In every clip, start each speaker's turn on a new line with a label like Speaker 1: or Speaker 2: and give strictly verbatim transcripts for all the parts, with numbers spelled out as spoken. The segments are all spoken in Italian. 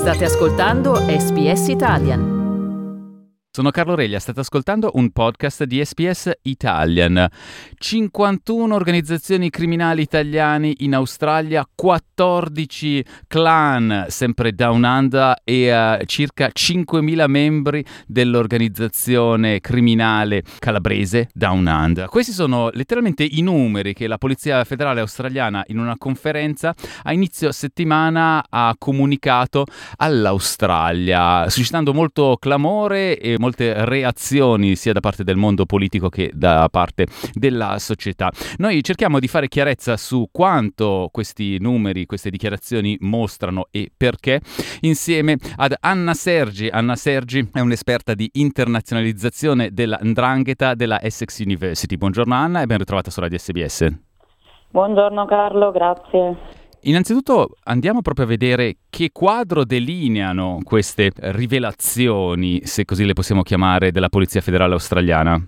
Speaker 1: State ascoltando S B S Italian.
Speaker 2: Sono Carlo Reglia, state ascoltando un podcast di S B S Italian. cinquantuno organizzazioni criminali italiane in Australia, quattordici clan sempre Down Under e uh, circa cinquemila membri dell'organizzazione criminale calabrese Down Under. Questi sono letteralmente i numeri che la Polizia Federale Australiana in una conferenza a inizio settimana ha comunicato all'Australia, suscitando molto clamore e molte reazioni sia da parte del mondo politico che da parte della società. Noi cerchiamo di fare chiarezza su quanto questi numeri, queste dichiarazioni mostrano e perché, insieme ad Anna Sergi. Anna Sergi è un'esperta di internazionalizzazione della 'ndrangheta della Essex University. Buongiorno Anna e ben ritrovata su Radio S B S.
Speaker 3: Buongiorno Carlo, grazie.
Speaker 2: Innanzitutto andiamo proprio a vedere che quadro delineano queste rivelazioni, se così le possiamo chiamare, della Polizia Federale Australiana.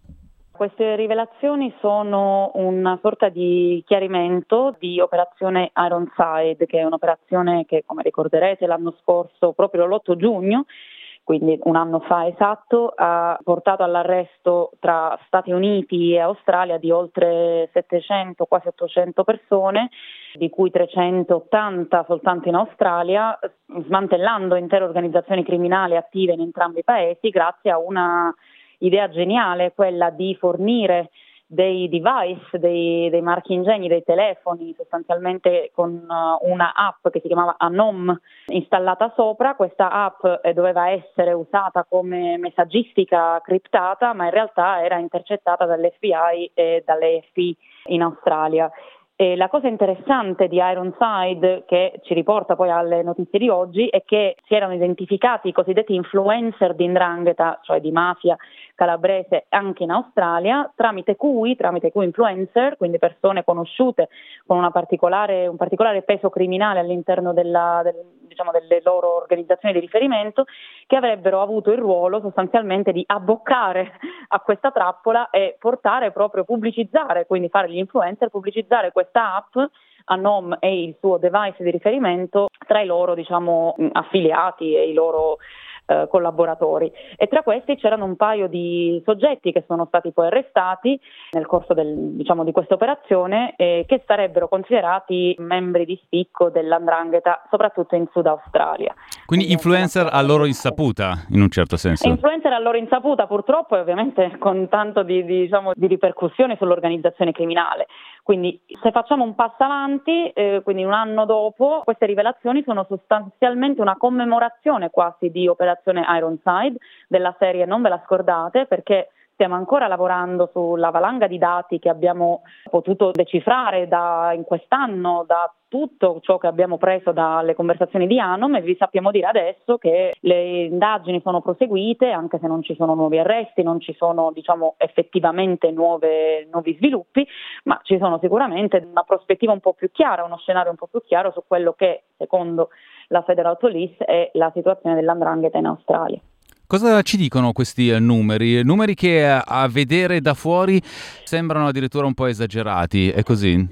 Speaker 3: Queste rivelazioni sono una sorta di chiarimento di operazione Ironside, che è un'operazione che, come ricorderete, l'anno scorso, proprio l'otto giugno, quindi un anno fa esatto, ha portato all'arresto tra Stati Uniti e Australia di oltre settecento, quasi ottocento persone, di cui trecentottanta soltanto in Australia, smantellando intere organizzazioni criminali attive in entrambi i paesi grazie a una idea geniale, quella di fornire dei device, dei, dei marchi ingegni, dei telefoni, sostanzialmente con uh, una app che si chiamava Anom installata sopra. Questa app eh, doveva essere usata come messaggistica criptata, ma in realtà era intercettata dall'F B I e dall'A F P in Australia. E la cosa interessante di Ironside, che ci riporta poi alle notizie di oggi, è che si erano identificati i cosiddetti influencer di 'ndrangheta, cioè di mafia calabrese, anche in Australia, tramite cui, tramite cui influencer, quindi persone conosciute con una particolare, un particolare peso criminale all'interno della, del, diciamo, delle loro organizzazioni di riferimento, che avrebbero avuto il ruolo sostanzialmente di abboccare a questa trappola e portare proprio, pubblicizzare, quindi fare gli influencer, pubblicizzare questa app Anom e il suo device di riferimento tra i loro, diciamo, affiliati e i loro eh, collaboratori. E tra questi c'erano un paio di soggetti che sono stati poi arrestati nel corso del, diciamo, di questa operazione e che sarebbero considerati membri di spicco della 'ndrangheta, soprattutto in Sud Australia.
Speaker 2: Quindi influencer a loro insaputa, in un certo senso.
Speaker 3: Influencer a loro insaputa, purtroppo, e ovviamente con tanto di, di, diciamo, di ripercussioni sull'organizzazione criminale. Quindi se facciamo un passo avanti, eh, quindi un anno dopo, queste rivelazioni sono sostanzialmente una commemorazione quasi di operazione Ironside, della serie non ve la scordate, perché stiamo ancora lavorando sulla valanga di dati che abbiamo potuto decifrare da, in quest'anno, da tutto ciò che abbiamo preso dalle conversazioni di Anom, e vi sappiamo dire adesso che le indagini sono proseguite, anche se non ci sono nuovi arresti, non ci sono, diciamo, effettivamente nuove, nuovi sviluppi, ma ci sono sicuramente una prospettiva un po' più chiara, uno scenario un po' più chiaro su quello che, secondo la Federal Police, è la situazione della 'ndrangheta in Australia.
Speaker 2: Cosa ci dicono questi numeri? Numeri che a vedere da fuori sembrano addirittura un po' esagerati, è così?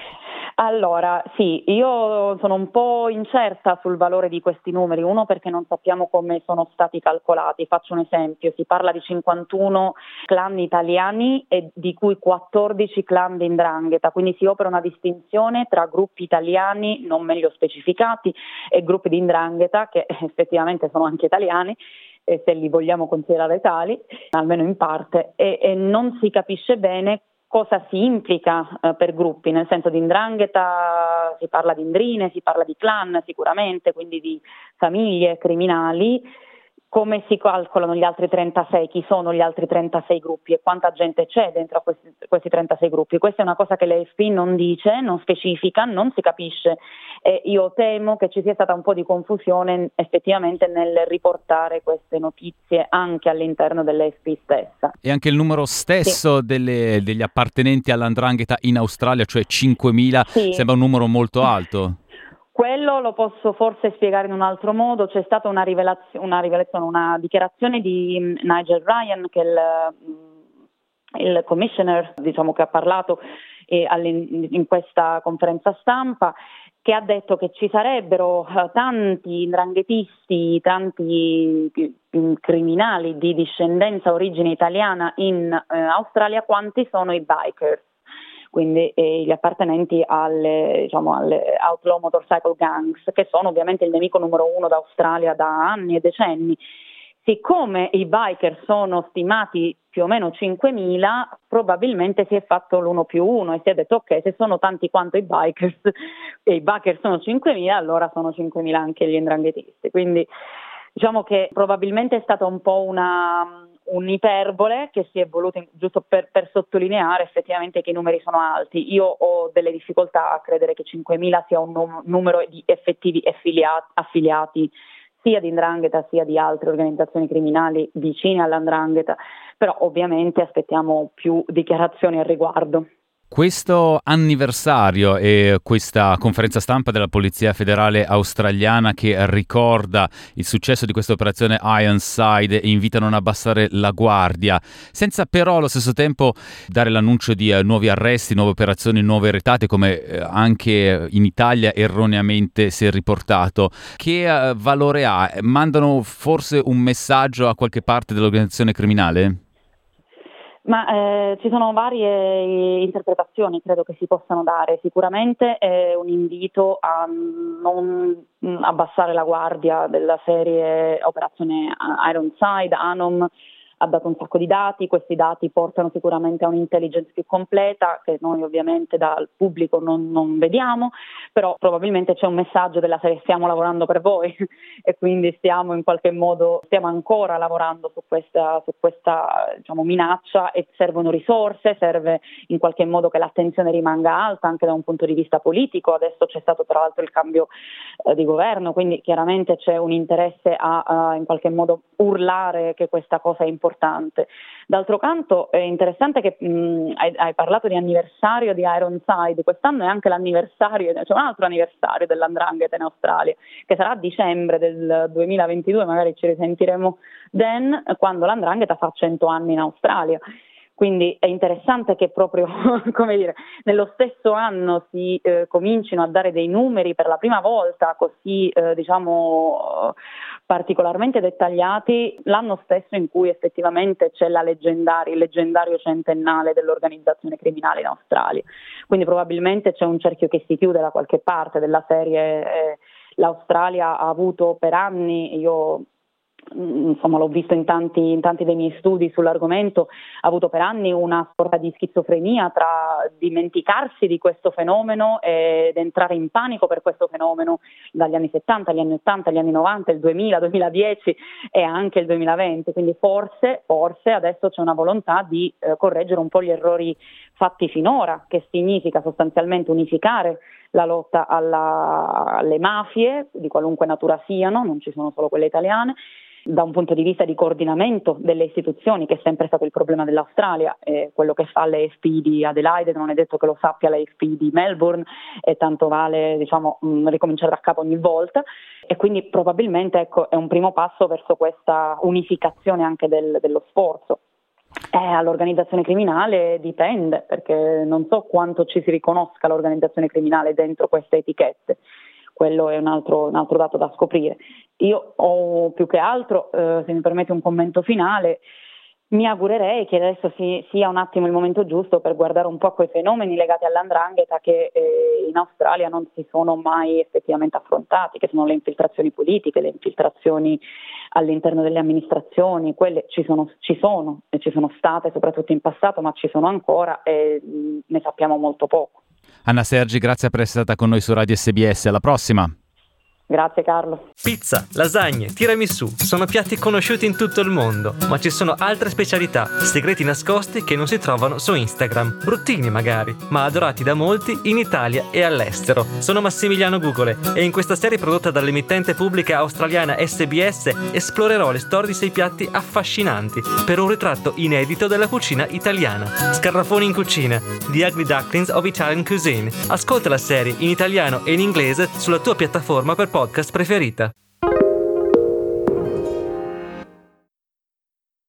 Speaker 3: Allora, sì, io sono un po' incerta sul valore di questi numeri, uno perché non sappiamo come sono stati calcolati. Faccio un esempio: si parla di cinquantuno clan italiani e di cui quattordici clan di 'ndrangheta, quindi si opera una distinzione tra gruppi italiani non meglio specificati e gruppi di 'ndrangheta che effettivamente sono anche italiani, e se li vogliamo considerare tali, almeno in parte, e, e non si capisce bene cosa si implica eh, per gruppi, nel senso di 'ndrangheta si parla di ndrine, si parla di clan sicuramente, quindi di famiglie criminali. Come si calcolano gli altri trentasei? Chi sono gli altri trentasei gruppi e quanta gente c'è dentro a questi, questi trentasei gruppi? Questa è una cosa che l'A F P non dice, non specifica, non si capisce, e io temo che ci sia stata un po' di confusione effettivamente nel riportare queste notizie anche all'interno dell'A F P stessa.
Speaker 2: E anche il numero stesso sì. delle, degli appartenenti alla 'ndrangheta in Australia, cioè cinquemila, sì. sembra un numero molto alto.
Speaker 3: Quello lo posso forse spiegare in un altro modo. C'è stata una rivelazione, una, rivelazione, una dichiarazione di Nigel Ryan, che è il, il commissioner, diciamo, che ha parlato eh, in questa conferenza stampa, che ha detto che ci sarebbero uh, tanti 'ndranghetisti, tanti uh, criminali di discendenza origine italiana in uh, Australia quanti sono i bikers, quindi eh, gli appartenenti alle, diciamo, alle outlaw motorcycle gangs, che sono ovviamente il nemico numero uno d'Australia da anni e decenni. Siccome i biker sono stimati più o meno cinquemila, probabilmente si è fatto l'uno più uno e si è detto ok, se sono tanti quanto i bikers e i biker sono cinquemila, allora sono cinquemila anche gli 'ndranghetisti. Quindi diciamo che probabilmente è stata un po' una un'iperbole che si è voluta giusto per, per sottolineare effettivamente che i numeri sono alti. Io ho delle difficoltà a credere che cinquemila sia un num- numero di effettivi affiliati, affiliati sia di 'ndrangheta sia di altre organizzazioni criminali vicine all'andrangheta, però ovviamente aspettiamo più dichiarazioni al riguardo.
Speaker 2: Questo anniversario e questa conferenza stampa della Polizia Federale Australiana che ricorda il successo di questa operazione Ironside e invita a non abbassare la guardia, senza però allo stesso tempo dare l'annuncio di uh, nuovi arresti, nuove operazioni, nuove retate, come uh, anche in Italia erroneamente si è riportato. Che uh, valore ha? Mandano forse un messaggio a qualche parte dell'organizzazione criminale?
Speaker 3: Ma eh, ci sono varie interpretazioni, credo che si possano dare. Sicuramente è un invito a non abbassare la guardia della serie Operazione Ironside. Anom ha dato un sacco di dati, questi dati portano sicuramente a un'intelligence più completa che noi ovviamente dal pubblico non, non vediamo, però probabilmente c'è un messaggio della serie stiamo lavorando per voi e quindi stiamo in qualche modo, stiamo ancora lavorando su questa, su questa diciamo, minaccia e servono risorse, serve in qualche modo che l'attenzione rimanga alta anche da un punto di vista politico. Adesso c'è stato tra l'altro il cambio eh, di governo, quindi chiaramente c'è un interesse a, a in qualche modo urlare che questa cosa è importante. D'altro canto è interessante che mh, hai, hai parlato di anniversario di Ironside, quest'anno è anche l'anniversario, c'è un altro anniversario dell'andrangheta in Australia che sarà a dicembre del duemilaventidue, magari ci risentiremo then, quando l'andrangheta fa cento anni in Australia. Quindi è interessante che proprio, come dire, nello stesso anno si eh, comincino a dare dei numeri per la prima volta così, eh, diciamo, particolarmente dettagliati, l'anno stesso in cui effettivamente c'è la leggendaria, il leggendario centennale dell'organizzazione criminale in Australia. Quindi probabilmente c'è un cerchio che si chiude da qualche parte della serie. Eh, l'Australia ha avuto per anni, io insomma l'ho visto in tanti, in tanti dei miei studi sull'argomento, ha avuto per anni una sorta di schizofrenia tra dimenticarsi di questo fenomeno ed entrare in panico per questo fenomeno dagli anni settanta, agli anni ottanta, agli anni novanta, il duemila, duemiladieci e anche il duemilaventi, quindi forse, forse adesso c'è una volontà di eh, correggere un po' gli errori fatti finora, che significa sostanzialmente unificare la lotta alla, alle mafie di qualunque natura siano, non ci sono solo quelle italiane, da un punto di vista di coordinamento delle istituzioni, che è sempre stato il problema dell'Australia, eh, quello che fa l'A F P di Adelaide non è detto che lo sappia l'A F P di Melbourne e tanto vale diciamo mh, ricominciare da capo ogni volta, e quindi probabilmente ecco è un primo passo verso questa unificazione anche del, dello sforzo. Eh, all'organizzazione criminale dipende, perché non so quanto ci si riconosca l'organizzazione criminale dentro queste etichette. Quello è un altro, un altro dato da scoprire. Io ho più che altro, eh, se mi permette un commento finale, mi augurerei che adesso si, sia un attimo il momento giusto per guardare un po' a quei fenomeni legati all'andrangheta che eh, in Australia non si sono mai effettivamente affrontati, che sono le infiltrazioni politiche, le infiltrazioni all'interno delle amministrazioni. Quelle ci sono, ci sono e ci sono state soprattutto in passato, ma ci sono ancora e mh, ne sappiamo molto poco.
Speaker 2: Anna Sergi, grazie per essere stata con noi su Radio S B S. Alla prossima!
Speaker 3: Grazie Carlo.
Speaker 4: Pizza, lasagne, tiramisù sono piatti conosciuti in tutto il mondo, ma ci sono altre specialità, segreti nascosti che non si trovano su Instagram, bruttini magari, ma adorati da molti in Italia e all'estero. Sono Massimiliano Gugole e in questa serie prodotta dall'emittente pubblica australiana S B S esplorerò le storie di sei piatti affascinanti per un ritratto inedito della cucina italiana. Scarrafoni in cucina, The Ugly Ducklings of Italian Cuisine. Ascolta la serie in italiano e in inglese sulla tua piattaforma per podcast preferita.